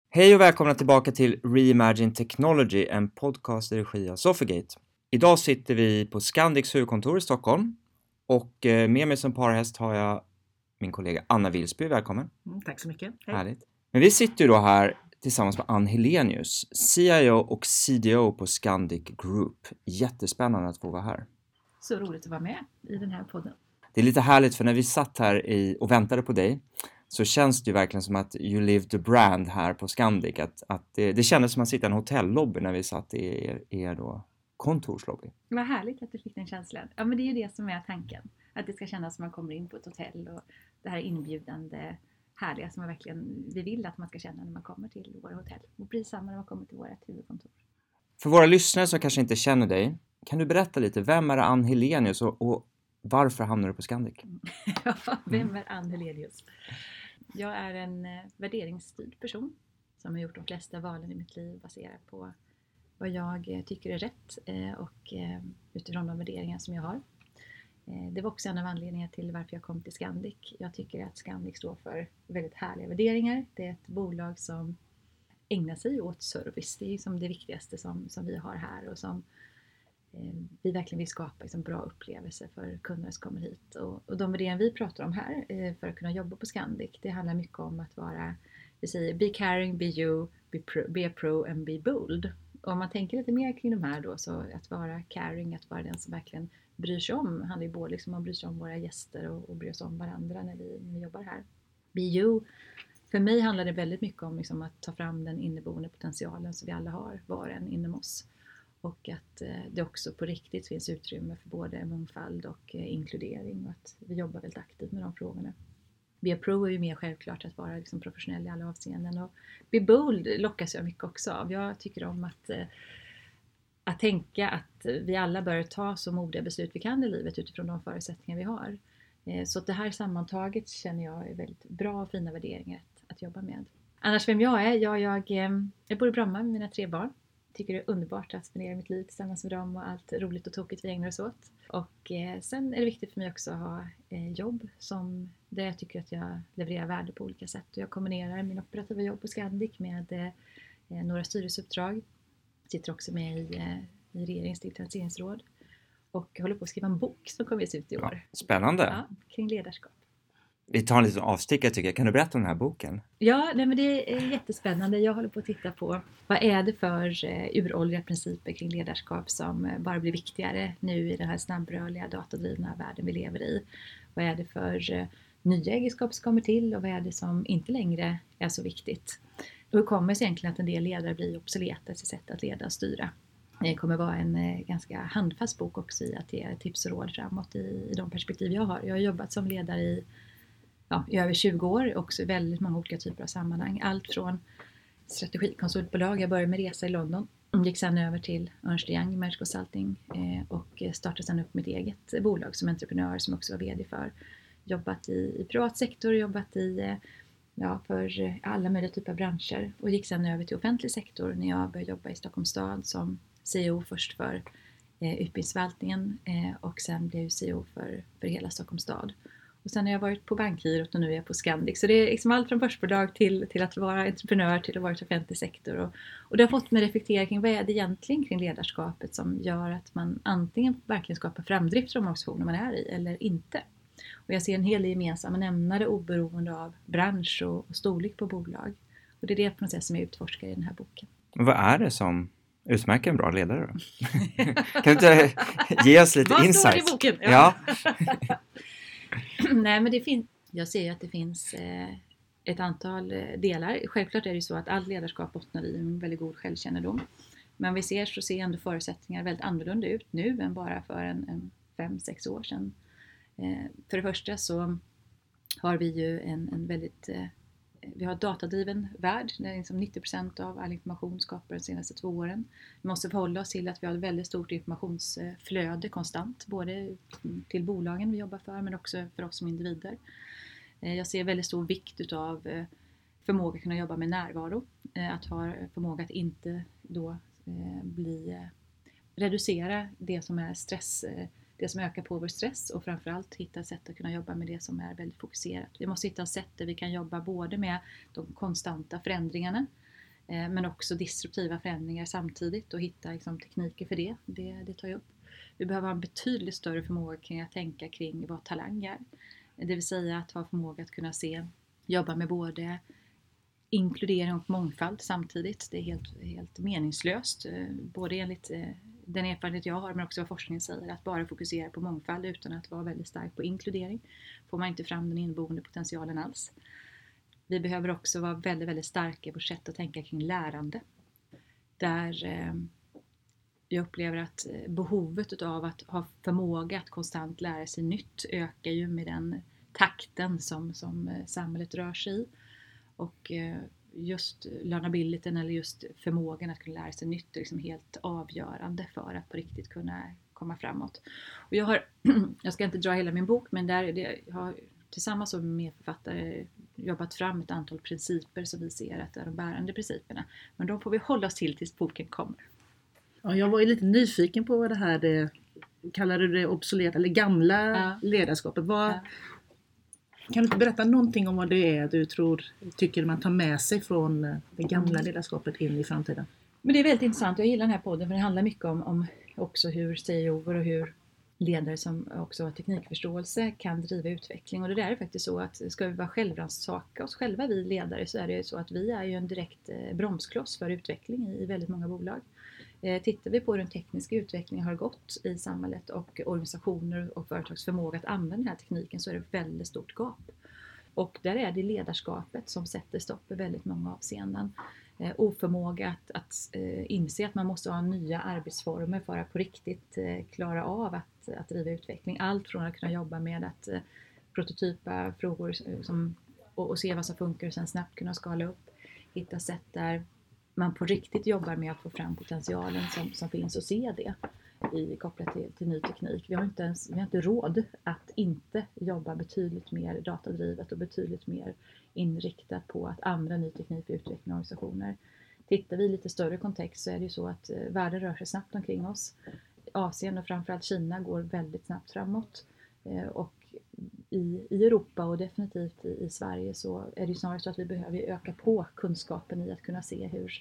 Hej och välkomna tillbaka till Reimagine Technology, en podcast i regi av Sofigate. Idag sitter vi på Scandics huvudkontor i Stockholm och med mig som parhäst har jag min kollega Anna Wilsby. Välkommen. Tack så mycket. Hej. Härligt. Men vi sitter ju då här tillsammans med Ann Helenius, CIO och CDO på Scandic Group. Jättespännande att få vara här. Så roligt att vara med i den här podden. Det är lite härligt för när vi satt här och väntade på dig så känns det ju verkligen som att you live the brand här på Scandic. Att det kändes som att sitta i en hotellobby när vi satt i er då kontorslobby. Vad härligt att du fick den känslan. Ja, men det är ju det som är tanken. Att det ska kännas som att man kommer in på ett hotell och det här inbjudande härliga som vi vill att man ska känna när man kommer till våra hotell. Och precis samma när man kommer till vårt huvudkontor. För våra lyssnare som kanske inte känner dig, kan du berätta lite, vem är Ann Helenius och varför hamnar du på Scandic? Vem är Ann Helenius? Jag är en värderingsstyrd person som har gjort de flesta valen i mitt liv baserat på vad jag tycker är rätt och utifrån de värderingar som jag har. Det var också en av anledningarna till varför jag kom till Scandic. Jag tycker att Scandic står för väldigt härliga värderingar. Det är ett bolag som ägnar sig åt service. Det är liksom det viktigaste som vi har här och som vi verkligen vill skapa liksom bra upplevelser för kunder som kommer hit. Och de värderingar vi pratar om här för att kunna jobba på Scandic, det handlar mycket om att vara, vi säger be caring, be you, be a pro and be bold. Och om man tänker lite mer kring de här då, så att vara caring, att vara den som verkligen bryr sig om, handlar ju både liksom om att bry sig om våra gäster och bry oss om varandra när vi jobbar här. Be you, för mig handlar det väldigt mycket om liksom att ta fram den inneboende potentialen som vi alla har, var en inom oss. Och att det också på riktigt finns utrymme för både mångfald och inkludering och att vi jobbar väldigt aktivt med de frågorna. Be a pro är ju mer självklart att vara liksom professionell i alla avseenden och be bold lockas jag mycket också av. Jag tycker om att tänka att vi alla bör ta så modiga beslut vi kan i livet utifrån de förutsättningar vi har. Så att det här sammantaget känner jag är väldigt bra och fina värderingar att jobba med. Annars vem jag är? Jag bor i Bromma med mina 3 barn. Tycker det är underbart att spendera mitt liv tillsammans med dem och allt roligt och tokigt vi ägnar oss åt. Och sen är det viktigt för mig också att ha jobb där jag tycker att jag levererar värde på olika sätt. Och jag kombinerar min operativa jobb på Scandic med några styrelseuppdrag. Sitter också med i regeringens digitaliseringsråd. Och håller på att skriva en bok som kommer ut i år. Ja, spännande. Ja, kring ledarskap. Vi tar en liten avstickare tycker jag. Kan du berätta om den här boken? Ja, men det är jättespännande. Jag håller på att titta på vad är det för uråldriga principer kring ledarskap som bara blir viktigare nu i den här snabbrörliga datadrivna världen vi lever i. Vad är det för nya egenskaper som kommer till och vad är det som inte längre är så viktigt? Och hur kommer det egentligen att en del ledare blir obsoleta i sitt sätt att leda och styra? Det kommer vara en ganska handfast bok också i att ge tips och råd framåt i de perspektiv jag har. Jag har jobbat som ledare i över 20 år, också i väldigt många olika typer av sammanhang. Allt från strategikonsultbolag, jag började med resa i London, gick sedan över till Ernst & Young Management Consulting och startade sedan upp mitt eget bolag som entreprenör som också var vd för. Jobbat i privat sektor, jobbat för alla möjliga typer av branscher och gick sedan över till offentlig sektor när jag började jobba i Stockholms stad som CEO först för utbildningsförvaltningen och sen blev jag CEO för hela Stockholms stad. Och sen har jag varit på Bankgirot och nu är jag på Scandic. Så det är liksom allt från börsbolag till att vara entreprenör till att vara i offentlig sektor. Och det har fått mig reflektera kring vad är det egentligen kring ledarskapet som gör att man antingen verkligen skapar framdrift för de organisationer man är i eller inte. Och jag ser en hel del gemensamma nämnare oberoende av bransch och storlek på bolag. Och det är det på något sätt som jag utforskar i den här boken. Vad är det som utmärker en bra ledare då? Kan du inte ge oss lite insights? Vad står det i boken? Ja. Nej, men jag ser att det finns ett antal delar. Självklart är det ju så att allt ledarskap bottnar i en väldigt god självkännedom. Men vi ser ändå förutsättningar väldigt annorlunda ut nu än bara för en 5-6 år sedan. För det första så har vi ju en väldigt vi har datadriven värld där liksom 90% av all information skapar de senaste 2 åren. Vi måste förhålla oss till att vi har ett väldigt stort informationsflöde konstant, både till bolagen vi jobbar för men också för oss som individer. Jag ser väldigt stor vikt utav förmåga att kunna jobba med närvaro, att ha förmåga att inte då reducera det som är stress, det som ökar på vår stress och framförallt hitta sätt att kunna jobba med det som är väldigt fokuserat. Vi måste hitta sätt där vi kan jobba både med de konstanta förändringarna Men också disruptiva förändringar samtidigt och hitta liksom, tekniker för det. Det tar jag upp. Vi behöver ha en betydligt större förmåga kring att tänka kring vad talang är. Det vill säga att ha förmåga att kunna jobba med både inkludering och mångfald samtidigt. Det är helt meningslöst. Både enligt den erfarenhet jag har men också vad forskningen säger. Att bara fokusera på mångfald utan att vara väldigt stark på inkludering. Får man inte fram den inneboende potentialen alls. Vi behöver också vara väldigt, väldigt starka på sätt att tänka kring lärande. Där jag upplever att behovet av att ha förmåga att konstant lära sig nytt ökar ju med den takten som samhället rör sig i. Och just learnabilityn eller just förmågan att kunna lära sig nytt är liksom helt avgörande för att på riktigt kunna komma framåt. Och jag ska inte dra hela min bok, men jag har tillsammans med medförfattare jobbat fram ett antal principer som vi ser att är de bärande principerna. Men de får vi hålla oss till tills boken kommer. Ja, jag var ju lite nyfiken på vad det här, kallar du det obsolet eller gamla ledarskapet? Kan du inte berätta någonting om vad det är du tycker man tar med sig från det gamla ledarskapet in i framtiden? Men det är väldigt intressant. Jag gillar den här podden för det handlar mycket om också hur CEO:er och hur ledare som också har teknikförståelse kan driva utveckling. Och det där är faktiskt så att ska vi vara självrannsaka oss själva, vi ledare, så är det så att vi är ju en direkt bromskloss för utveckling i väldigt många bolag. Tittar vi på hur den tekniska utvecklingen har gått i samhället och organisationer och företags förmåga att använda den här tekniken, så är det ett väldigt stort gap. Och där är det ledarskapet som sätter stopp i väldigt många avseenden. Oförmåga att inse att man måste ha nya arbetsformer för att på riktigt klara av att driva utveckling. Allt från att kunna jobba med att prototypa frågor och se vad som funkar och sen snabbt kunna skala upp. Hitta sätt där man på riktigt jobbar med att få fram potentialen som finns och se det kopplat till ny teknik. Vi har inte råd att inte jobba betydligt mer datadrivet och betydligt mer inriktat på att använda ny teknik för utveckling av organisationer. Tittar vi i lite större kontext så är det ju så att världen rör sig snabbt omkring oss. Asien och framförallt Kina går väldigt snabbt framåt. Och i Europa och definitivt i Sverige så är det snarare så att vi behöver öka på kunskapen i att kunna se hur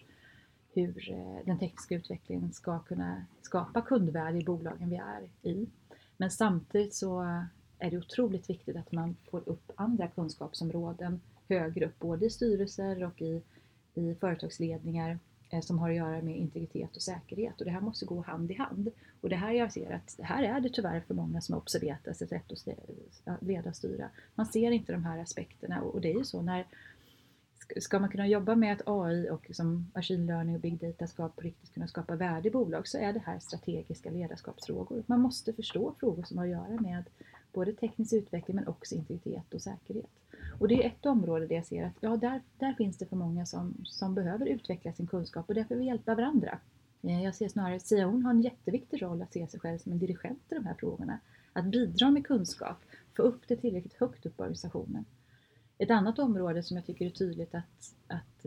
den tekniska utvecklingen ska kunna skapa kundvärde i bolagen vi är i. Men samtidigt så är det otroligt viktigt att man får upp andra kunskapsområden högre upp, både i styrelser och i företagsledningar som har att göra med integritet och säkerhet. Och det här måste gå hand i hand. Och det här jag ser att här är det tyvärr för många som är obsoleta sitt rätt att leda och styra. Man ser inte de här aspekterna och det är ju så när ska man kunna jobba med att AI och som machine learning och big data ska på riktigt kunna skapa värde i bolag, så är det här strategiska ledarskapsfrågor. Man måste förstå frågor som har att göra med både teknisk utveckling men också integritet och säkerhet. Och det är ett område där jag ser att där finns det för många som behöver utveckla sin kunskap och därför vill vi hjälpa varandra. Jag ser snarare att CEO:n har en jätteviktig roll att se sig själv som en dirigent i de här frågorna. Att bidra med kunskap, få upp det tillräckligt högt upp i organisationen. Ett annat område som jag tycker är tydligt att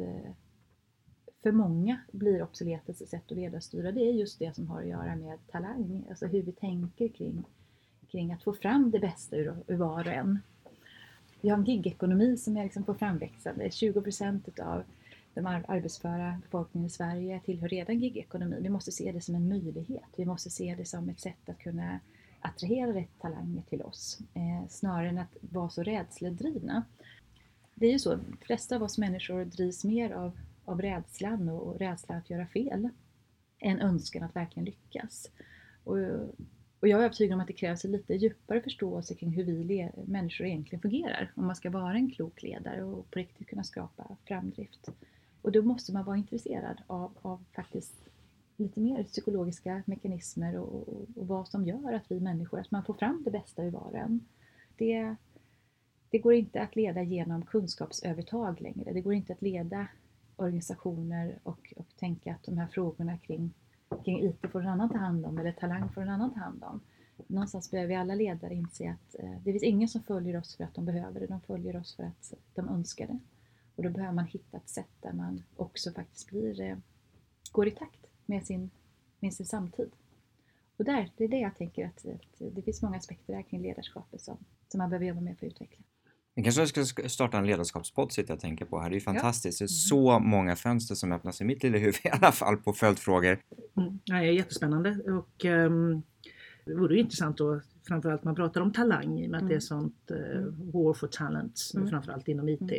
för många blir obsoleta sätt att ledarstyra, det är just det som har att göra med talang. Alltså hur vi tänker kring att få fram det bästa ur var och en. Vi har en gigekonomi som är liksom på framväxande. 20% av den arbetsföra befolkningen i Sverige tillhör redan gigekonomi. Vi måste se det som en möjlighet. Vi måste se det som ett sätt att kunna attrahera rätt talanger till oss. Snarare än att vara så rädsledrivna. Det är ju så, de flesta av oss människor drivs mer av rädslan och rädslan att göra fel än önskan att verkligen lyckas. Och jag är övertygad om att det krävs en lite djupare förståelse kring hur vi människor egentligen fungerar. Om man ska vara en klok ledare och på riktigt kunna skapa framdrift. Och då måste man vara intresserad av faktiskt lite mer psykologiska mekanismer och vad som gör att vi människor, att man får fram det bästa i var och en. Det går inte att leda genom kunskapsövertag längre. Det går inte att leda organisationer och tänka att de här frågorna kring IT får en annan ta hand om eller talang får en annan ta hand om. Någonstans behöver vi alla ledare inse att det finns ingen som följer oss för att de behöver det. De följer oss för att de önskar det. Och då behöver man hitta ett sätt där man också faktiskt går i takt med sin samtid. Och det är det jag tänker att det finns många aspekter där kring ledarskapet som man behöver jobba med för att utveckla. Jag kanske ska starta en ledarskapspodd, sitter jag och tänker på här. Det är ju fantastiskt. Det är så många fönster som öppnas i mitt lilla huvud i alla fall på följdfrågor. Det är jättespännande och det vore ju intressant då, framförallt man pratar om talang i och med att det är sånt war for talents, framförallt inom IT.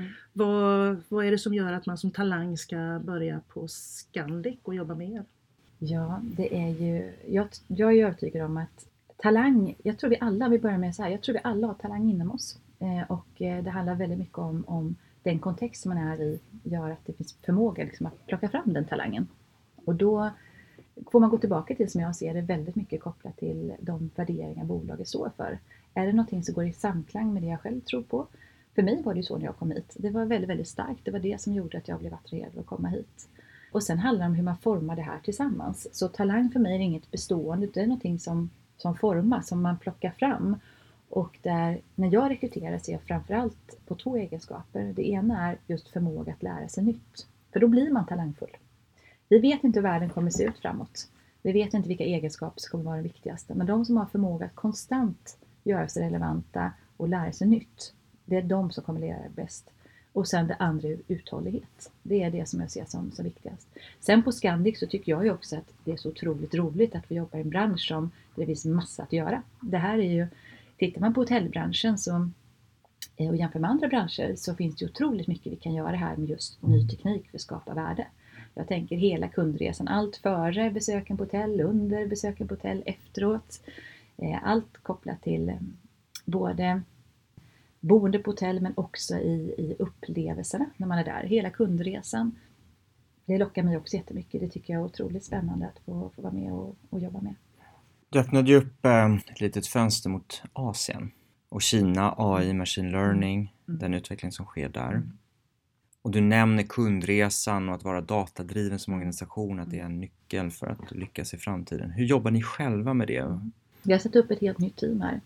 Vad är det som gör att man som talang ska börja på Scandic och jobba med er? Ja, det är ju, jag är övertygad om att talang, jag tror vi alla har talang inom oss. Och det handlar väldigt mycket om den kontext som man är i, gör att det finns förmåga liksom, att plocka fram den talangen. Och då får man gå tillbaka till, som jag ser det, väldigt mycket kopplat till de värderingar bolaget står för. Är det någonting som går i samklang med det jag själv tror på? För mig var det ju så när jag kom hit. Det var väldigt, väldigt starkt. Det var det som gjorde att jag blev attraherad av att komma hit. Och sen handlar det om hur man formar det här tillsammans. Så talang för mig är inget bestående, det är någonting som formas, som man plockar fram. Och där, när jag rekryterar ser jag framförallt på 2 egenskaper. Det ena är just förmåga att lära sig nytt. För då blir man talangfull. Vi vet inte hur världen kommer se ut framåt. Vi vet inte vilka egenskaper som kommer vara det viktigaste. Men de som har förmåga att konstant göra sig relevanta och lära sig nytt, det är de som kommer lera bäst. Och sen det andra är uthållighet. Det är det som jag ser som viktigast. Sen på Scandic så tycker jag ju också att det är så otroligt roligt att vi jobbar i en bransch som det finns massa att göra. Det här är ju, tittar man på hotellbranschen och jämför med andra branscher, så finns det otroligt mycket vi kan göra här med just ny teknik för att skapa värde. Jag tänker hela kundresan, allt före besöken på hotell, under besöken på hotell, efteråt. Allt kopplat till både boende på hotell men också i upplevelserna när man är där. Hela kundresan. Det lockar mig också jättemycket. Det tycker jag är otroligt spännande att få vara med och jobba med. Du öppnade ju upp ett litet fönster mot Asien och Kina, AI, machine learning, den utveckling som sker där. Och du nämner kundresan och att vara datadriven som organisation, att det är en nyckel för att lyckas i framtiden. Hur jobbar ni själva med det? Vi har satt upp ett helt nytt team här.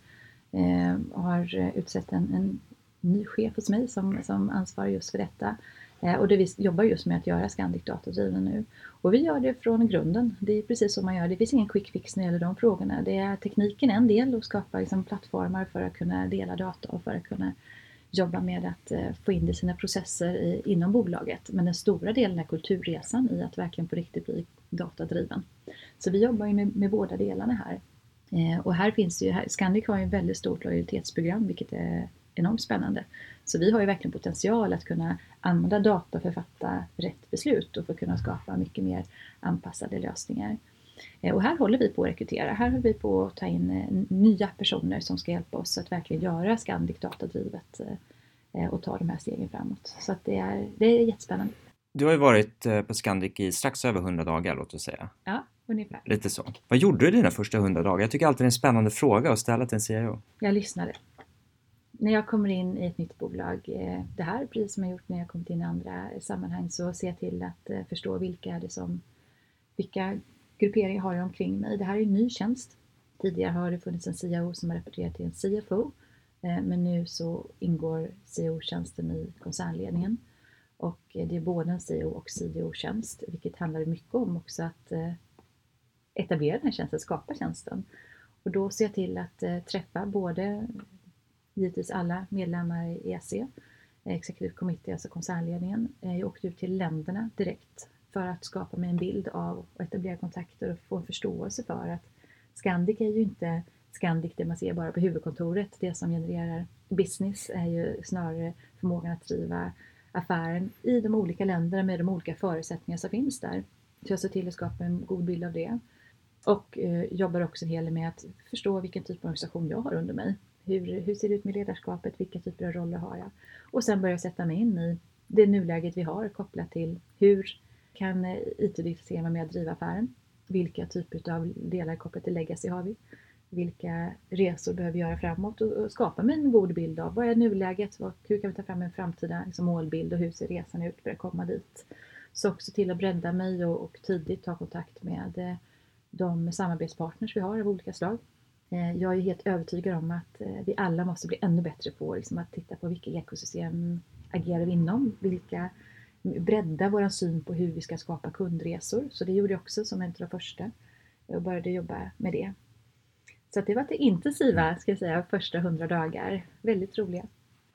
Har utsett en ny chef hos mig som ansvarar just för detta. Och vi jobbar just med att göra Scandic datadriven nu. Och vi gör det från grunden. Det är precis så man gör. Det finns ingen quick fix när det gäller de frågorna. Det är tekniken en del och skapa liksom plattformar för att kunna dela data och för att kunna jobba med att få in det i sina processer inom bolaget. Men den stora delen är kulturresan i att verkligen på riktigt bli datadriven. Så vi jobbar ju med båda delarna här. Och här finns ju, Scandic har ju en väldigt stort lojalitetsprogram, vilket är enormt spännande. Så vi har ju verkligen potential att kunna använda data för att fatta rätt beslut och för att kunna skapa mycket mer anpassade lösningar. Och här håller vi på att rekrytera. Här håller vi på att ta in nya personer som ska hjälpa oss att verkligen göra Scandic datadrivet och ta de här stegen framåt. Så att det är jättespännande. Du har ju varit på Scandic i strax över 100 dagar, låt oss säga. Ja, ungefär. Lite så. Vad gjorde du dina första 100 dagar? Jag tycker alltid det är en spännande fråga att ställa till en CIO. Jag lyssnade. När jag kommer in i ett nytt bolag, det här precis som jag gjort när jag kommit in i andra sammanhang, så ser jag till att förstå vilka grupperingar har jag omkring mig. Det här är en ny tjänst. Tidigare har det funnits en CIO som har rapporterat till en CFO. Men nu så ingår CIO-tjänsten i koncernledningen. Och det är både en CEO och CDO-tjänst, vilket handlar mycket om också att etablera den här tjänsten, skapa tjänsten. Och då ser jag till att träffa både givetvis alla medlemmar i EC, Executive Committee, alltså koncernledningen. Jag åkte ut till länderna direkt för att skapa mig en bild av och etablera kontakter och få en förståelse för att Scandic är ju inte Scandic det man ser bara på huvudkontoret. Det som genererar business är ju snarare förmågan att driva affären i de olika länderna med de olika förutsättningar som finns där. Så jag ser till att skapa en god bild av det. Och jobbar också en hel del med att förstå vilken typ av organisation jag har under mig. Hur ser det ut med ledarskapet? Vilka typer av roller har jag? Och sen börjar jag sätta mig in i det nuläget vi har kopplat till hur kan IT-digitalisering vara med att driva affären? Vilka typer av delar kopplat till legacy har vi? Vilka resor behöver vi göra framåt? Och skapa mig en god bild av vad är nuläget? Hur kan vi ta fram en framtida målbild och hur ser resan ut för att komma dit? Så också till att bredda mig och tidigt ta kontakt med de samarbetspartners vi har av olika slag. Jag är helt övertygad om att vi alla måste bli ännu bättre på att titta på vilka ekosystem agerar vi inom, bredda vår syn på hur vi ska skapa kundresor. Så det gjorde jag också som en av de första och började jobba med det. Så att det var det intensiva, ska jag säga, första 100 dagar. Väldigt roliga.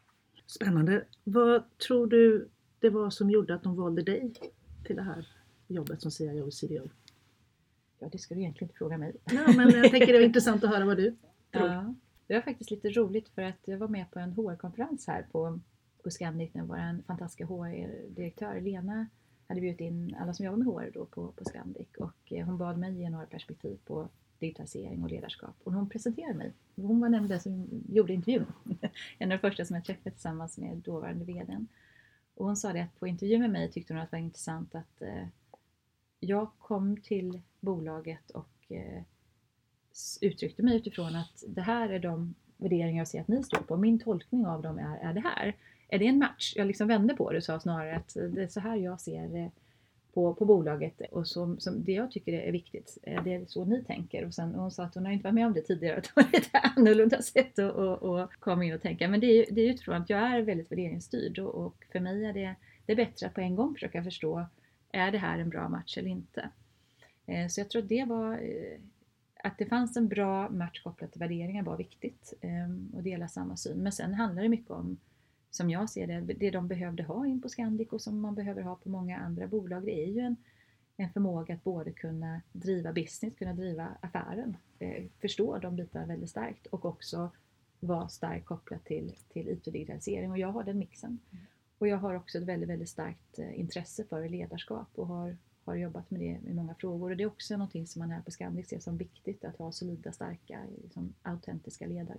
Spännande. Vad tror du det var som gjorde att de valde dig till det här jobbet som CIO och CDO? Ja, det ska du egentligen inte fråga mig. Ja, men jag tänker det är intressant att höra vad du tror. Ja, det var faktiskt lite roligt för att jag var med på en HR-konferens här på Scandic när vår fantastiska HR-direktör Lena hade bjudit in alla som jobbar med HR då på Scandic, och hon bad mig ge några perspektiv på digitalisering och ledarskap. Och hon presenterade mig. Hon var nämligen den som gjorde intervjun. En av de första som jag träffade tillsammans med dåvarande vdn. Och hon sa det att på intervjun med mig tyckte hon att det var intressant att jag kom till bolaget och uttryckte mig utifrån att det här är de värderingar jag ser att ni står på. Min tolkning av dem är det här. Är det en match? Jag liksom vände på det och sa snarare att det är så här jag ser det på bolaget. Och som det jag tycker är viktigt. Det är så ni tänker. Och hon sa att hon har inte varit med om det tidigare. Att det var lite annorlunda sätt att komma in och tänka. Men det är utifrån att jag är väldigt värderingsstyrd. Och för mig är det bättre att på en gång försöka förstå. Är det här en bra match eller inte? Så jag tror att det var... Att det fanns en bra match kopplat till värderingar var viktigt. Och dela samma syn. Men sen handlar det mycket om, som jag ser det de behövde ha in på Scandic och som man behöver ha på många andra bolag. Det är ju en förmåga att både kunna driva business, kunna driva affären. Förstå de bitarna väldigt starkt och också vara starkt kopplat till IT-digitalisering. Och jag har den mixen. Och jag har också ett väldigt, väldigt starkt intresse för ledarskap och har jobbat med det i många frågor. Och det är också någonting som man här på Scandic ser som viktigt, att ha solida, starka, liksom, autentiska ledare.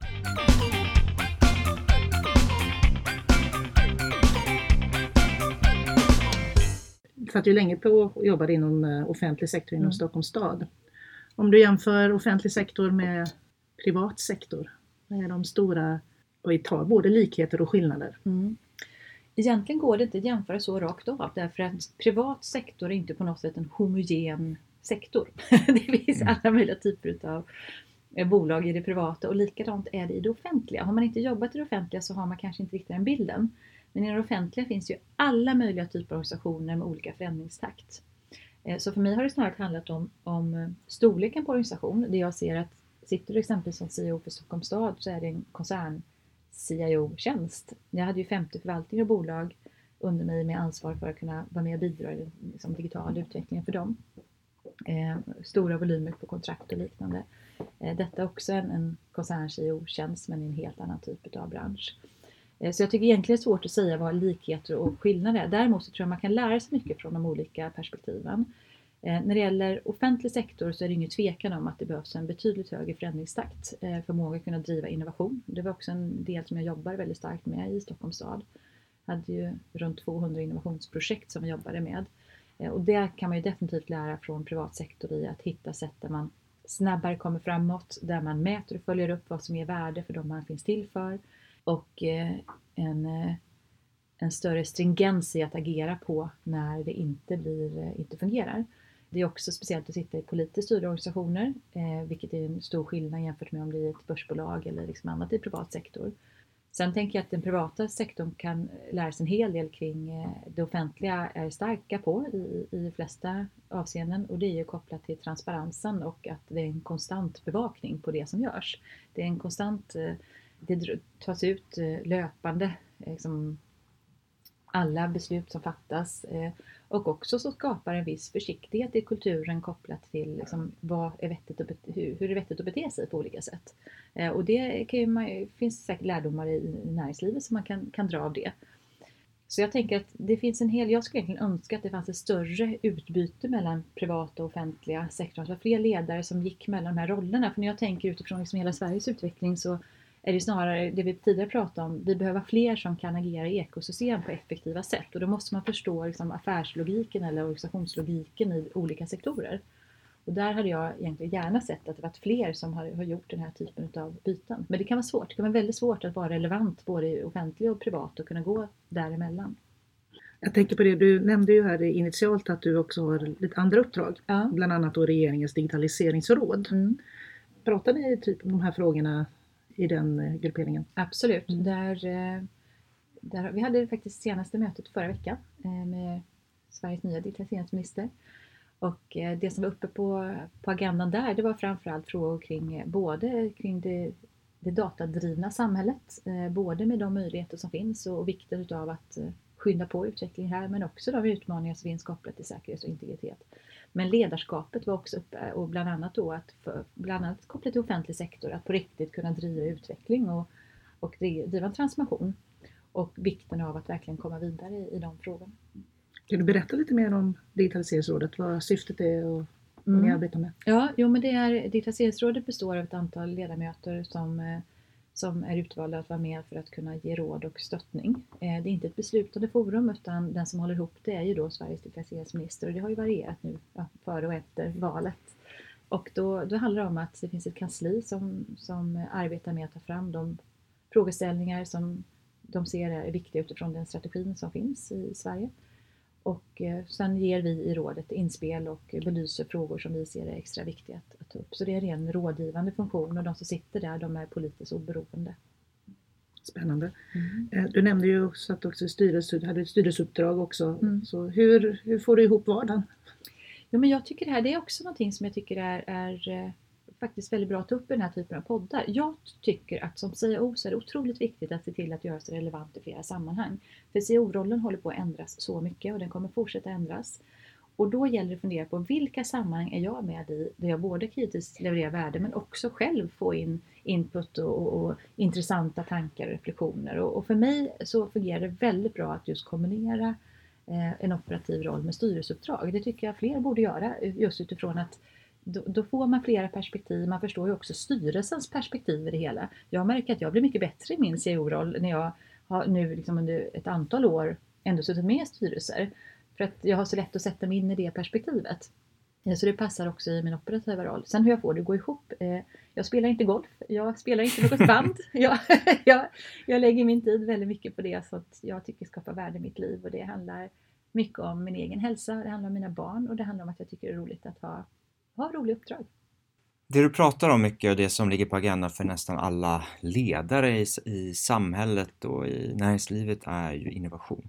Du satt ju länge på och jobbade inom offentlig sektor inom Stockholms stad. Om du jämför offentlig sektor med privat sektor, vad är de stora, och vi tar både likheter och skillnader? Egentligen går det inte att jämföra så rakt av, därför att privat sektor är inte på något sätt en homogen sektor. Det finns alla möjliga typer av bolag i det privata, och likadant är det i det offentliga. Har man inte jobbat i det offentliga så har man kanske inte riktigt den bilden. Men i det offentliga finns ju alla möjliga typer av organisationer med olika förändringstakt. Så för mig har det snarare handlat om storleken på organisation. Det jag ser att sitter du exempelvis som CIO för Stockholms stad så är det en koncern CIO-tjänst. Jag hade ju 50 förvaltningar och bolag under mig med ansvar för att kunna vara med och bidra i liksom, digital utveckling för dem. Stora volymer på kontrakt och liknande. Detta är också en koncern-CIO-tjänst, men i en helt annan typ av bransch. Så jag tycker egentligen det är svårt att säga vad likheter och skillnader är. Däremot så tror jag man kan lära sig mycket från de olika perspektiven. När det gäller offentlig sektor så är det ingen tvekan om att det behövs en betydligt högre förändringstakt. Förmåga att kunna driva innovation. Det var också en del som jag jobbar väldigt starkt med i Stockholms stad. Jag hade ju runt 200 innovationsprojekt som vi jobbade med. Och det kan man ju definitivt lära från privat sektor i att hitta sätt där man snabbare kommer framåt. Där man mäter och följer upp vad som är värde för de man finns till för. Och en större stringens i att agera på när det inte fungerar. Det är också speciellt att sitta i politiskt styrda organisationer, vilket är en stor skillnad jämfört med om det är ett börsbolag eller liksom annat i privat sektor. Sen tänker jag att den privata sektorn kan lära sig en hel del kring det offentliga är starka på i de flesta avseenden, och det är ju kopplat till transparensen och att det är en konstant bevakning på det som görs. Det är en konstant, det tas ut löpande liksom, alla beslut som fattas, och också så skapar en viss försiktighet i kulturen kopplat till liksom, vad är vettigt och hur är det vettigt att bete sig på olika sätt. Och det finns säkert lärdomar i näringslivet som man kan dra av det. Så jag tänker att det finns jag skulle egentligen önska att det fanns ett större utbyte mellan privata och offentliga sektorn. Så fler ledare som gick mellan de här rollerna. För när jag tänker utifrån liksom hela Sveriges utveckling så är det snarare det vi tidigare pratade om. Vi behöver fler som kan agera i ekosystem på effektiva sätt. Och då måste man förstå liksom affärslogiken eller organisationslogiken i olika sektorer. Och där hade jag egentligen gärna sett att det varit fler som har gjort den här typen av byten. Men det kan vara svårt. Det kan vara väldigt svårt att vara relevant både i offentlig och privat och kunna gå däremellan. Jag tänker på det, du nämnde ju här initialt att du också har lite andra uppdrag. Ja. Bland annat då regeringens digitaliseringsråd. Pratar ni typ om de här frågorna i den grupperingen? Absolut. Vi hade faktiskt senaste mötet förra veckan med Sveriges nya digitaliseringsminister. Och det som var uppe på agendan där, det var framförallt frågor kring både kring det det datadrivna samhället. Både med de möjligheter som finns och vikten av att skynda på utvecklingen här, men också de utmaningar som finns kopplat till säkerhet och integritet. Men ledarskapet var också uppe, och bland annat då bland annat kopplat till offentlig sektor, att på riktigt kunna driva utveckling och driva en transformation, och vikten av att verkligen komma vidare i de frågorna. Kan du berätta lite mer om Digitaliseringsrådet, vad syftet är och vad ni arbetar med? Ja, men Digitaliseringsrådet består av ett antal ledamöter som är utvalda att vara med för att kunna ge råd och stöttning. Det är inte ett beslutande forum, utan den som håller ihop det är ju då Sveriges digitaliseringsminister, och det har ju varierat nu före och efter valet. Och då handlar det om att det finns ett kansli som arbetar med att ta fram de frågeställningar som de ser är viktiga utifrån den strategin som finns i Sverige. Och sen ger vi i rådet inspel och belyser frågor som vi ser är extra viktiga att ta upp. Så det är en ren rådgivande funktion, och de som sitter där, de är politiskt oberoende. Spännande. Du nämnde ju också att du hade ett styrelseuppdrag också. Så hur får du ihop vardagen? Jo, men jag tycker det är också någonting som jag tycker är faktiskt väldigt bra att ta upp i den här typen av poddar. Jag tycker att som CIO så är det otroligt viktigt att se till att göra sig relevant i flera sammanhang. För CIO-rollen håller på att ändras så mycket, och den kommer fortsätta ändras. Och då gäller det att fundera på vilka sammanhang är jag med i, där jag både kritiskt levererar värde, men också själv få in input och intressanta tankar och reflektioner. Och för mig så fungerar det väldigt bra att just kombinera en operativ roll med styrelseuppdrag. Det tycker jag fler borde göra, just utifrån att då får man flera perspektiv. Man förstår ju också styrelsens perspektiv i det hela. Jag märker att jag blir mycket bättre i min CEO-roll när jag har nu liksom under ett antal år ändå suttit med i styrelser. För att jag har så lätt att sätta mig in i det perspektivet. Så det passar också i min operativa roll. Sen hur jag får det att gå ihop. Jag spelar inte golf. Jag spelar inte något band. Jag lägger min tid väldigt mycket på det, så att jag tycker skapar värde i mitt liv. Och det handlar mycket om min egen hälsa. Det handlar om mina barn, och det handlar om att jag tycker det är roligt att ha roliga uppdrag. Det du pratar om mycket, och det som ligger på agendan för nästan alla ledare i samhället och i näringslivet, är ju innovation.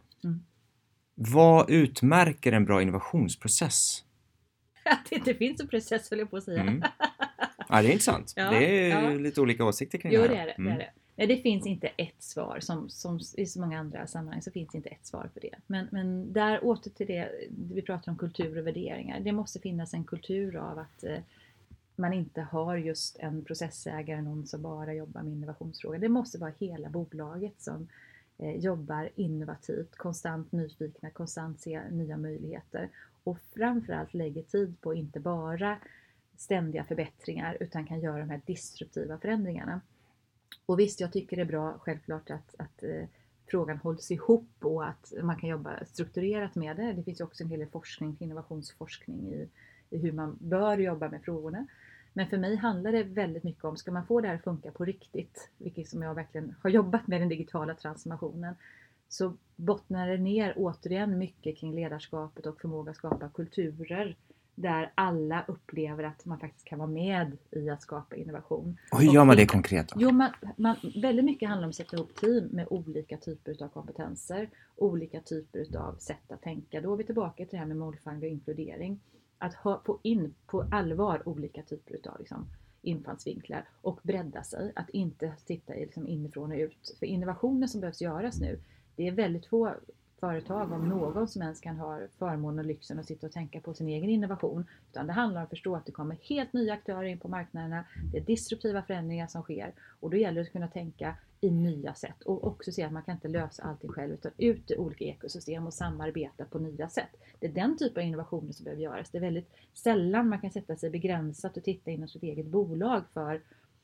Vad utmärker en bra innovationsprocess? Att det inte finns en process, höll jag på att säga. Ja, det är intressant. Ja, det är lite olika åsikter kring det här. Jo, det är det. Nej, det finns inte ett svar, som i så många andra sammanhang så finns inte ett svar på det. Men där åter till det, vi pratar om kultur och värderingar. Det måste finnas en kultur av att man inte har just en processägare, någon som bara jobbar med innovationsfrågor. Det måste vara hela bolaget som jobbar innovativt, konstant nyfikna, konstant se nya möjligheter. Och framförallt lägger tid på inte bara ständiga förbättringar, utan kan göra de här disruptiva förändringarna. Och visst, jag tycker det är bra självklart att frågan hålls ihop och att man kan jobba strukturerat med det. Det finns ju också en hel del forskning, innovationsforskning i hur man bör jobba med frågorna. Men för mig handlar det väldigt mycket om, ska man få det här att funka på riktigt, vilket som jag verkligen har jobbat med den digitala transformationen, så bottnar det ner återigen mycket kring ledarskapet och förmåga att skapa kulturer där alla upplever att man faktiskt kan vara med i att skapa innovation. Och hur gör man det konkret då? Jo, väldigt mycket handlar om att sätta ihop team med olika typer av kompetenser, olika typer av sätt att tänka. Då är vi tillbaka till det här med mångfald och inkludering. Att få in på allvar olika typer av infallsvinklar och bredda sig. Att inte titta inifrån och ut. För innovationer som behövs göras nu, det är väldigt få företag, om någon som ens kan ha förmånen och lyxen att sitta och tänka på sin egen innovation. Utan det handlar om att förstå att det kommer helt nya aktörer in på marknaderna. Det är disruptiva förändringar som sker. Och då gäller det att kunna tänka i nya sätt. Och också se att man kan inte lösa allting själv, utan ut i olika ekosystem och samarbeta på nya sätt. Det är den typen av innovationer som behöver göras. Det är väldigt sällan man kan sätta sig begränsat och titta inom sitt eget bolag för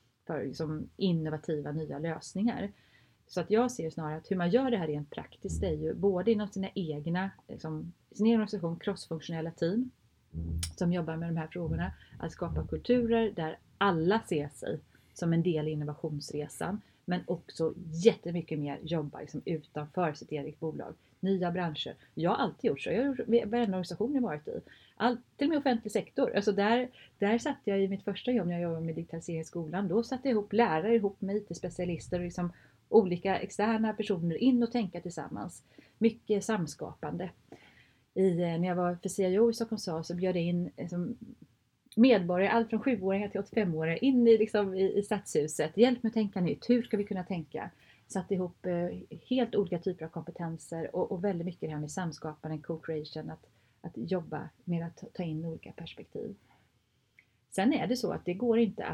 innovativa nya lösningar. Så att jag ser snarare att hur man gör det här rent praktiskt, det är ju både inom sin egen organisation, crossfunktionella team som jobbar med de här frågorna, att skapa kulturer där alla ser sig som en del i innovationsresan, men också jättemycket mer jobba utanför sitt eget bolag, nya branscher. Jag har alltid gjort så, jag har varenda organisation jag varit i, till och med offentlig sektor. Alltså där satt jag i mitt första jobb när jag jobbade med digitalisering i skolan, då satte jag ihop lärare ihop med IT-specialister och olika externa personer in och tänka tillsammans. Mycket samskapande. När jag var för CIO i Stockholms stad så bjöd jag in medborgare, allt från 7-åringar till 85-åringar, in i, liksom, i stadshuset. Hjälp mig att tänka nytt. Hur ska vi kunna tänka? Satt ihop helt olika typer av kompetenser och väldigt mycket det här med samskapande, co-creation, att jobba med att ta in olika perspektiv. Sen är det så att det går inte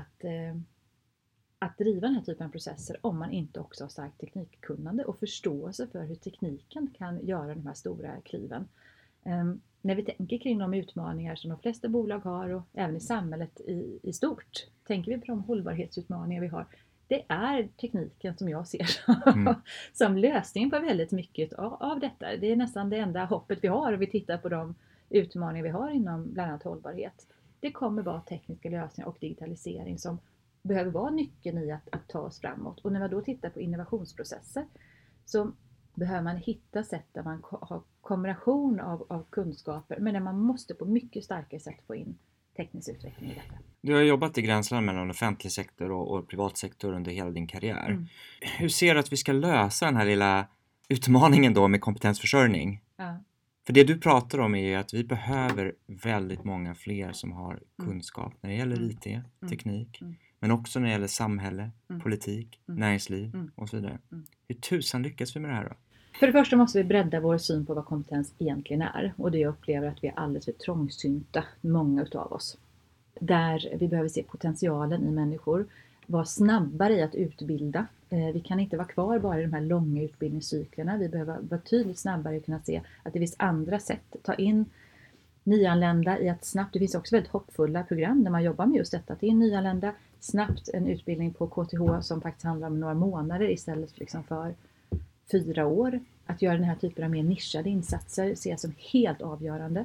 att driva den här typen av processer om man inte också har starkt teknikkunnande och förståelse för hur tekniken kan göra de här stora kliven. När vi tänker kring de utmaningar som de flesta bolag har och även i samhället i stort, tänker vi på de hållbarhetsutmaningar vi har. Det är tekniken som jag ser som lösningen på väldigt mycket av detta. Det är nästan det enda hoppet vi har om vi tittar på de utmaningar vi har inom bland annat hållbarhet. Det kommer vara tekniska lösningar och digitalisering som behöver vara nyckeln i att ta oss framåt. Och när man då tittar på innovationsprocesser så behöver man hitta sätt där man har kombination av kunskaper, men där man måste på mycket starkare sätt få in teknisk utveckling i detta. Du har jobbat i gränsland mellan offentlig sektor och privatsektor under hela din karriär. Hur ser du att vi ska lösa den här lilla utmaningen då med kompetensförsörjning? Ja. För det du pratar om är ju att vi behöver väldigt många fler som har kunskap när det gäller IT, teknik, men också när det gäller samhälle, politik, näringsliv och så vidare. Hur tusan lyckas vi med det här då? För det första måste vi bredda vår syn på vad kompetens egentligen är. Och det jag upplever att vi är alldeles för trångsynta, många utav oss. Där vi behöver se potentialen i människor. Vara snabbare i att utbilda. Vi kan inte vara kvar bara i de här långa utbildningscyklerna. Vi behöver vara betydligt snabbare och kunna se att det finns andra sätt. Ta in nyanlända i att snabbt, det finns också väldigt hoppfulla program där man jobbar med just detta. Ta in nyanlända, snabbt en utbildning på KTH som faktiskt handlar om några månader istället för, liksom för 4 år. Att göra den här typen av mer nischade insatser ses som helt avgörande.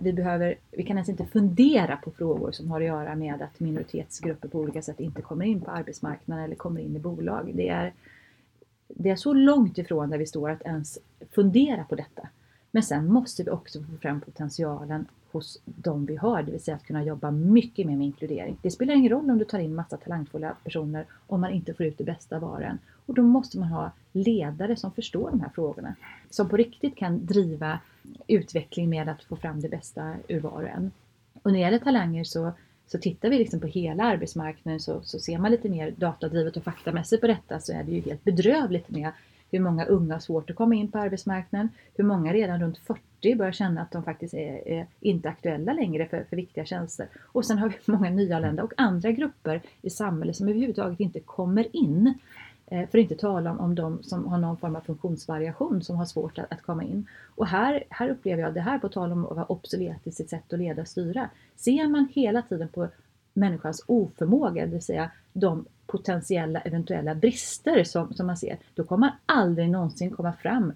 Vi kan ens inte fundera på frågor som har att göra med att minoritetsgrupper på olika sätt inte kommer in på arbetsmarknaden eller kommer in i bolag. Det är så långt ifrån där vi står att ens fundera på detta. Men sen måste vi också få fram potentialen hos de vi har, det vill säga att kunna jobba mycket mer med inkludering. Det spelar ingen roll om du tar in massa talangfulla personer om man inte får ut det bästa av var och en. Och då måste man ha ledare som förstår de här frågorna. Som på riktigt kan driva utveckling med att få fram det bästa ur var och en. Och när det gäller talanger så tittar vi liksom på hela arbetsmarknaden så ser man lite mer datadrivet och faktamässigt på detta, så är det ju helt bedrövligt med hur många unga har svårt att komma in på arbetsmarknaden. Hur många redan runt 40 börjar känna att de faktiskt är inte aktuella längre för viktiga tjänster. Och sen har vi många nyanlända och andra grupper i samhället som överhuvudtaget inte kommer in. För att inte tala om de som har någon form av funktionsvariation som har svårt att komma in. Och här upplever jag det här på tal om att vara obsolet i sitt sätt att leda och styra. Ser man hela tiden på människans oförmåga, det vill säga de potentiella eventuella brister som man ser, då kommer man aldrig någonsin komma fram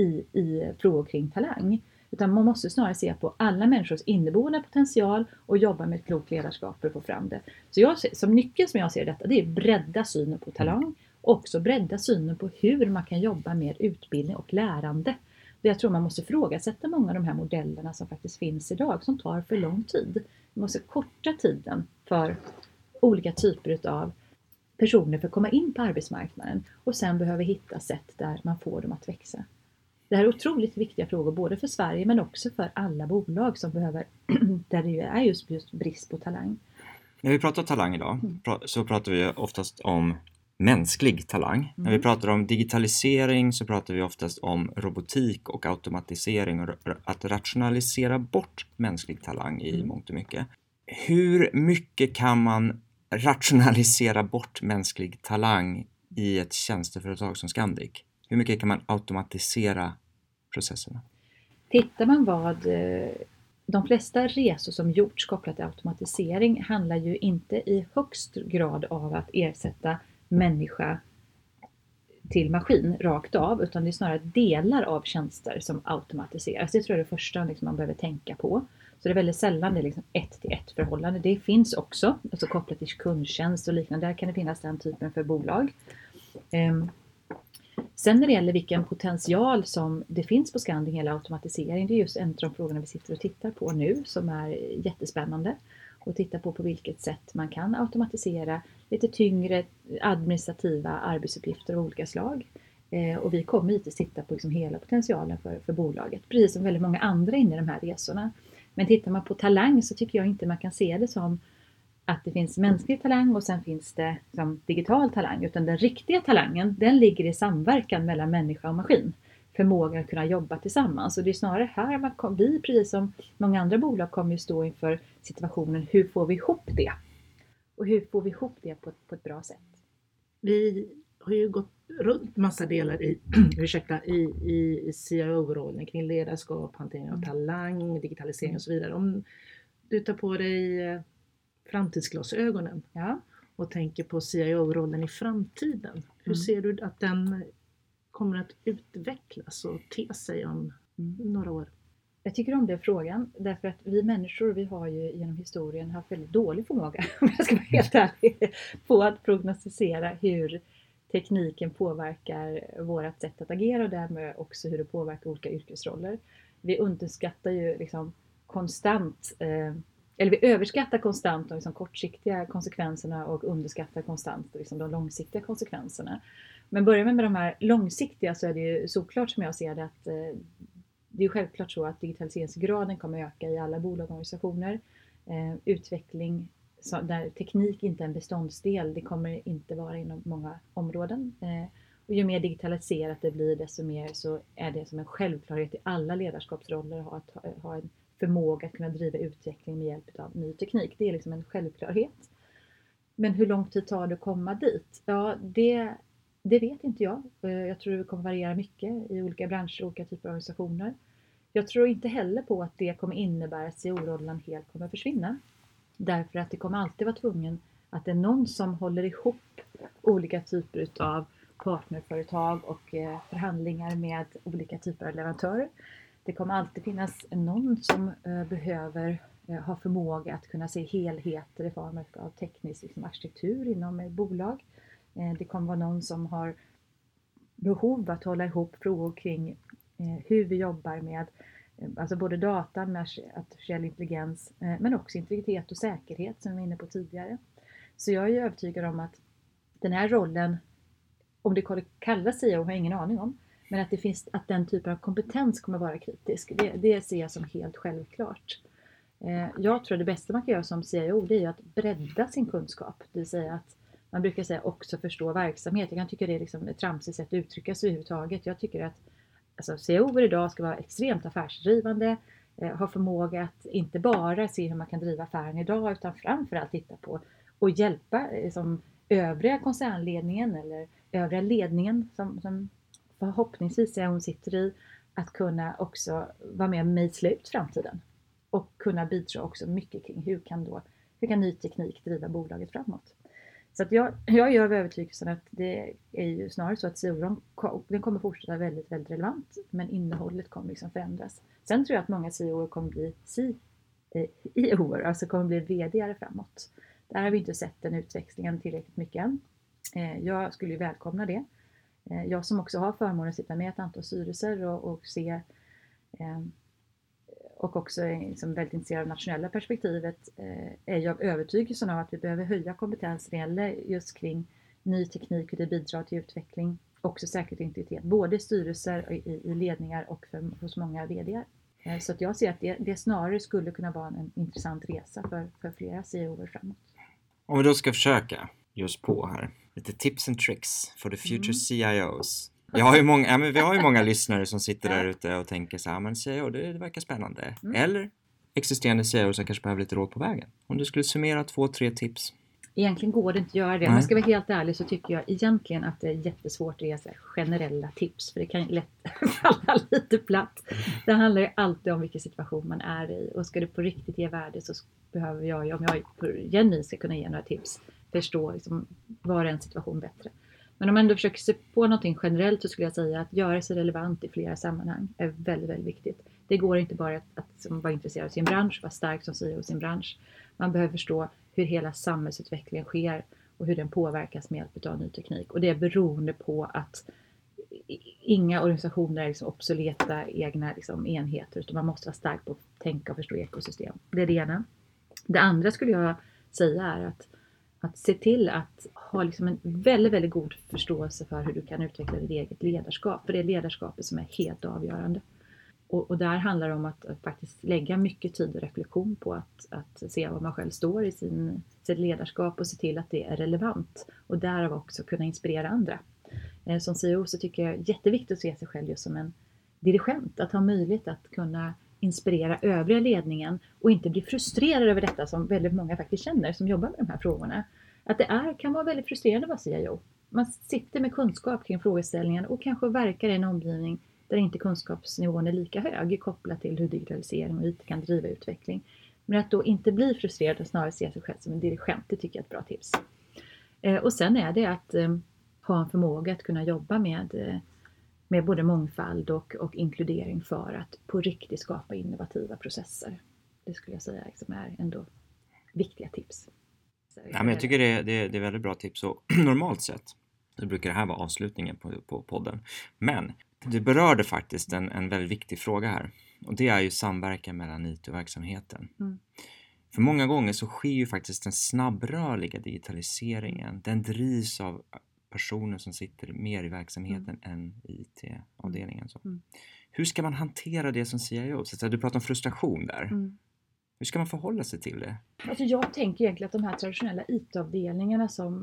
i frågor kring talang. Utan man måste snarare se på alla människors inneboende potential och jobba med ett klokt ledarskap för att få fram det. Så som nyckeln som jag ser detta, det är bredda synen på talang. Också bredda synen på hur man kan jobba med utbildning och lärande. Jag tror man måste ifrågasätta många av de här modellerna som faktiskt finns idag som tar för lång tid. Vi måste korta tiden för olika typer av personer för att komma in på arbetsmarknaden. Och sen behöver hitta sätt där man får dem att växa. Det här är otroligt viktiga frågor både för Sverige men också för alla bolag som behöver, där det är just brist på talang. När vi pratar talang idag så pratar vi oftast om mänsklig talang. När vi pratar om digitalisering så pratar vi oftast om robotik och automatisering och att rationalisera bort mänsklig talang i mångt och mycket. Hur mycket kan man rationalisera bort mänsklig talang i ett tjänsteföretag som Scandic? Hur mycket kan man automatisera processerna? Tittar man vad de flesta resor som gjorts kopplat till automatisering handlar ju inte i högst grad av att ersätta människa till maskin rakt av, utan det är snarare delar av tjänster som automatiseras. Det tror jag är det första man behöver tänka på. Så det är väldigt sällan det är liksom 1-1 förhållande. Det finns också, alltså kopplat till kundtjänst och liknande, där kan det finnas den typen för bolag. Sen när det gäller vilken potential som det finns på Scandic eller automatisering, det är just en av de frågorna vi sitter och tittar på nu som är jättespännande. Och titta på vilket sätt man kan automatisera lite tyngre administrativa arbetsuppgifter av olika slag. Och vi kommer givetvis titta på hela potentialen för bolaget, precis som väldigt många andra inne i de här resorna. Men tittar man på talang så tycker jag inte man kan se det som att det finns mänsklig talang och sen finns det som digital talang. Utan den riktiga talangen, den ligger i samverkan mellan människa och maskin. Förmågan att kunna jobba tillsammans. Och det är snarare här vi, precis som många andra bolag, kommer ju stå inför situationen, hur får vi ihop det? Och hur får vi ihop det på ett bra sätt? Vi har ju gått runt massa delar i CIO-rollen kring ledarskap, hantering av talang, digitalisering och så vidare. Om du tar på dig framtidsglasögonen och tänker på CIO-rollen i framtiden. Hur ser du att den kommer att utvecklas och te sig om några år? Jag tycker om den frågan därför att vi människor, vi har ju genom historien haft väldigt dålig förmåga, om jag ska vara helt ärlig, på att prognostisera hur tekniken påverkar vårt sätt att agera och därmed också hur det påverkar olika yrkesroller. Vi underskattar ju liksom konstant, eller vi överskattar konstant de liksom kortsiktiga konsekvenserna och underskattar konstant liksom de långsiktiga konsekvenserna. Men börjar vi med de här långsiktiga så är det ju såklart som jag ser det att det är självklart så att digitaliseringsgraden kommer öka i alla bolag och organisationer. Utveckling där teknik inte är en beståndsdel, det kommer inte vara inom många områden. Och ju mer digitaliserat det blir, desto mer så är det som en självklarhet i alla ledarskapsroller att ha en förmåga att kunna driva utveckling med hjälp av ny teknik. Det är liksom en självklarhet. Men hur lång tid tar det att komma dit? Ja, det vet inte jag. Jag tror det kommer variera mycket i olika branscher och olika typer av organisationer. Jag tror inte heller på att det kommer innebära att CO-rollen helt kommer försvinna. Därför att det kommer alltid vara tvungen att det är någon som håller ihop olika typer av partnerföretag och förhandlingar med olika typer av leverantörer. Det kommer alltid finnas någon som behöver ha förmåga att kunna se helheter i form av teknisk liksom, arkitektur inom ett bolag. Det kommer vara någon som har behov att hålla ihop frågor kring hur vi jobbar med alltså både data, artificiell intelligens, men också integritet och säkerhet som vi var inne på tidigare. Så jag är övertygad om att den här rollen, om det kallas CEO har jag ingen aning om, men att den typen av kompetens kommer vara kritisk. Det ser jag som helt självklart. Jag tror det bästa man kan göra som CEO det är att bredda sin kunskap. Det vill säga att man brukar säga också förstå verksamhet. Jag kan tycka det är liksom ett tramsigt sätt att uttrycka sig överhuvudtaget. Jag tycker att alltså, CEO idag ska vara extremt affärsdrivande. Ha förmåga att inte bara se hur man kan driva affären idag utan framförallt titta på och hjälpa som övriga koncernledningen eller övriga ledningen som förhoppningsvis hon sitter i att kunna också vara med och mejsla ut framtiden. Och kunna bidra också mycket kring hur kan ny teknik driva bolaget framåt. Så att jag är övertygelsen att det är ju snarare så att CEO den kommer fortsätta väldigt, väldigt relevant. Men innehållet kommer liksom förändras. Sen tror jag att många CEO kommer bli CEO:er, alltså kommer bli vd:are framåt. Där har vi inte sett den utväxlingen tillräckligt mycket än. Jag skulle ju välkomna det. Jag som också har förmånen att sitta med ett antal styrelser och se och också är väldigt intresserad av nationella perspektivet är jag övertygelsen av att vi behöver höja kompetensen just kring ny teknik och det bidrar till utveckling. Också säkerhet och integritet, både i styrelser, i ledningar och hos många vd:ar. Så att jag ser att det snarare skulle kunna vara en intressant resa för flera CEO:er framåt. Om vi då ska försöka just på här, lite tips and tricks for the future CIOs. Vi har ju många lyssnare som sitter där ute och tänker så här, men CEO, det verkar spännande. Eller existerande CEO som kanske behöver lite råd på vägen. Om du skulle summera 2-3 tips. Egentligen går det inte att göra det. Om jag ska vara helt ärlig så tycker jag egentligen att det är jättesvårt att ge så generella tips. För det kan lätt falla lite platt. Det handlar ju alltid om vilken situation man är i. Och ska det på riktigt ge värde så behöver jag, om jag genuint ska kunna ge några tips, förstå liksom, var en situation bättre. Men om man ändå försöker se på någonting generellt så skulle jag säga att göra sig relevant i flera sammanhang är väldigt, väldigt viktigt. Det går inte bara att vara intresserad av sin bransch, vara stark som CEO i sin bransch. Man behöver förstå hur hela samhällsutvecklingen sker och hur den påverkas med hjälp av ny teknik. Och det är beroende på att inga organisationer är liksom obsoleta egna liksom enheter utan man måste vara stark på att tänka och förstå ekosystem. Det är det ena. Det andra skulle jag säga är att se till att ha liksom en väldigt, väldigt god förståelse för hur du kan utveckla ditt eget ledarskap. För det är ledarskapet som är helt avgörande. Och där handlar det om att faktiskt lägga mycket tid och reflektion på att se var man själv står i sitt ledarskap och se till att det är relevant. Och därav också kunna inspirera andra. Som CEO så tycker jag det är jätteviktigt att se sig själv just som en dirigent. Att ha möjlighet att kunna inspirera övriga ledningen och inte bli frustrerad över detta som väldigt många faktiskt känner som jobbar med de här frågorna. Att det kan vara väldigt frustrerande att vara CIO. Man sitter med kunskap kring frågeställningen och kanske verkar i en omgivning där inte kunskapsnivån är lika hög kopplat till hur digitalisering och IT kan driva utveckling. Men att då inte bli frustrerad och snarare se sig själv som en dirigent, det tycker jag är ett bra tips. Och sen är det att ha en förmåga att kunna jobba med både mångfald och inkludering för att på riktigt skapa innovativa processer. Det skulle jag säga liksom är ändå viktiga tips. Ja, men jag tycker det är väldigt bra tips och normalt sett så brukar det här vara avslutningen på podden. Men du berörde faktiskt en väldigt viktig fråga här och det är ju samverkan mellan IT och verksamheten. För många gånger så sker ju faktiskt den snabbrörliga digitaliseringen, den drivs av personer som sitter mer i verksamheten än i IT-avdelningen. Hur ska man hantera det som CIO? Så du pratar om frustration där. Hur ska man förhålla sig till det? Alltså jag tänker egentligen att de här traditionella IT-avdelningarna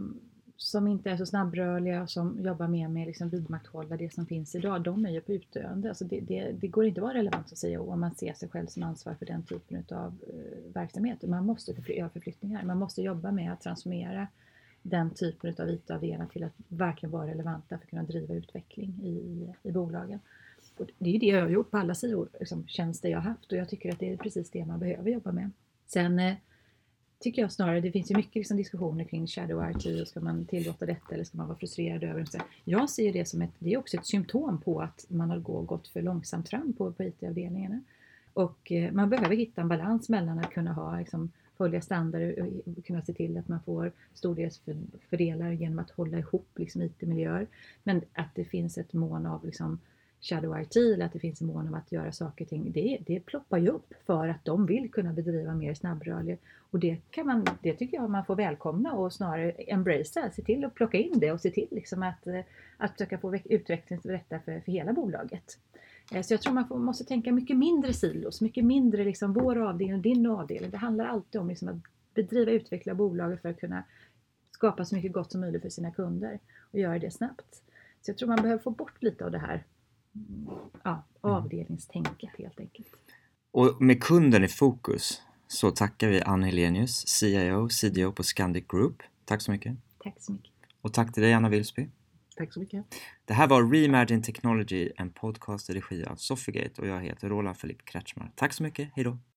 som inte är så snabbrörliga och som jobbar mer med liksom vidmakthålla det som finns idag, de är ju på utdöende. Alltså det går inte att vara relevant att säga om man ser sig själv som ansvar för den typen av verksamhet. Man måste göra förflyttningar, man måste jobba med att transformera den typen av IT-avdelningar till att verkligen vara relevanta för att kunna driva utveckling i bolagen. Och det är ju det jag har gjort på alla sidor, liksom, tjänster jag har haft och jag tycker att det är precis det man behöver jobba med. Sen tycker jag snarare, det finns ju mycket liksom diskussioner kring shadow IT och ska man tillåta detta eller ska man vara frustrerad över det. Jag ser det som det är också ett symptom på att man har gått för långsamt fram på IT-avdelningarna. Och man behöver hitta en balans mellan att kunna ha liksom, följa standarder och kunna se till att man får stordelsfördelar genom att hålla ihop liksom, IT-miljöer. Men att det finns ett mån av liksom, shadow IT eller att det finns en mån om att göra saker och ting. Det ploppar ju upp för att de vill kunna bedriva mer snabbrörlig. Och det tycker jag man får välkomna och snarare embracea. Se till att plocka in det och se till liksom att försöka få utveckling för detta för hela bolaget. Så jag tror man måste tänka mycket mindre silos, mycket mindre liksom vår avdelning och din avdelning. Det handlar alltid om liksom att bedriva och utveckla bolaget för att kunna skapa så mycket gott som möjligt för sina kunder och göra det snabbt. Så jag tror man behöver få bort lite av det här avdelningstänket helt enkelt. Och med kunden i fokus så tackar vi Ann Helenius, CIO, CDO på Scandic Group. Tack så mycket. Tack så mycket. Och tack till dig Anna Wilsby. Tack så mycket. Det här var Reimagine Technology, en podcast i regi av Sofigate och jag heter Roland Philipp Kretschmar. Tack så mycket, hej då!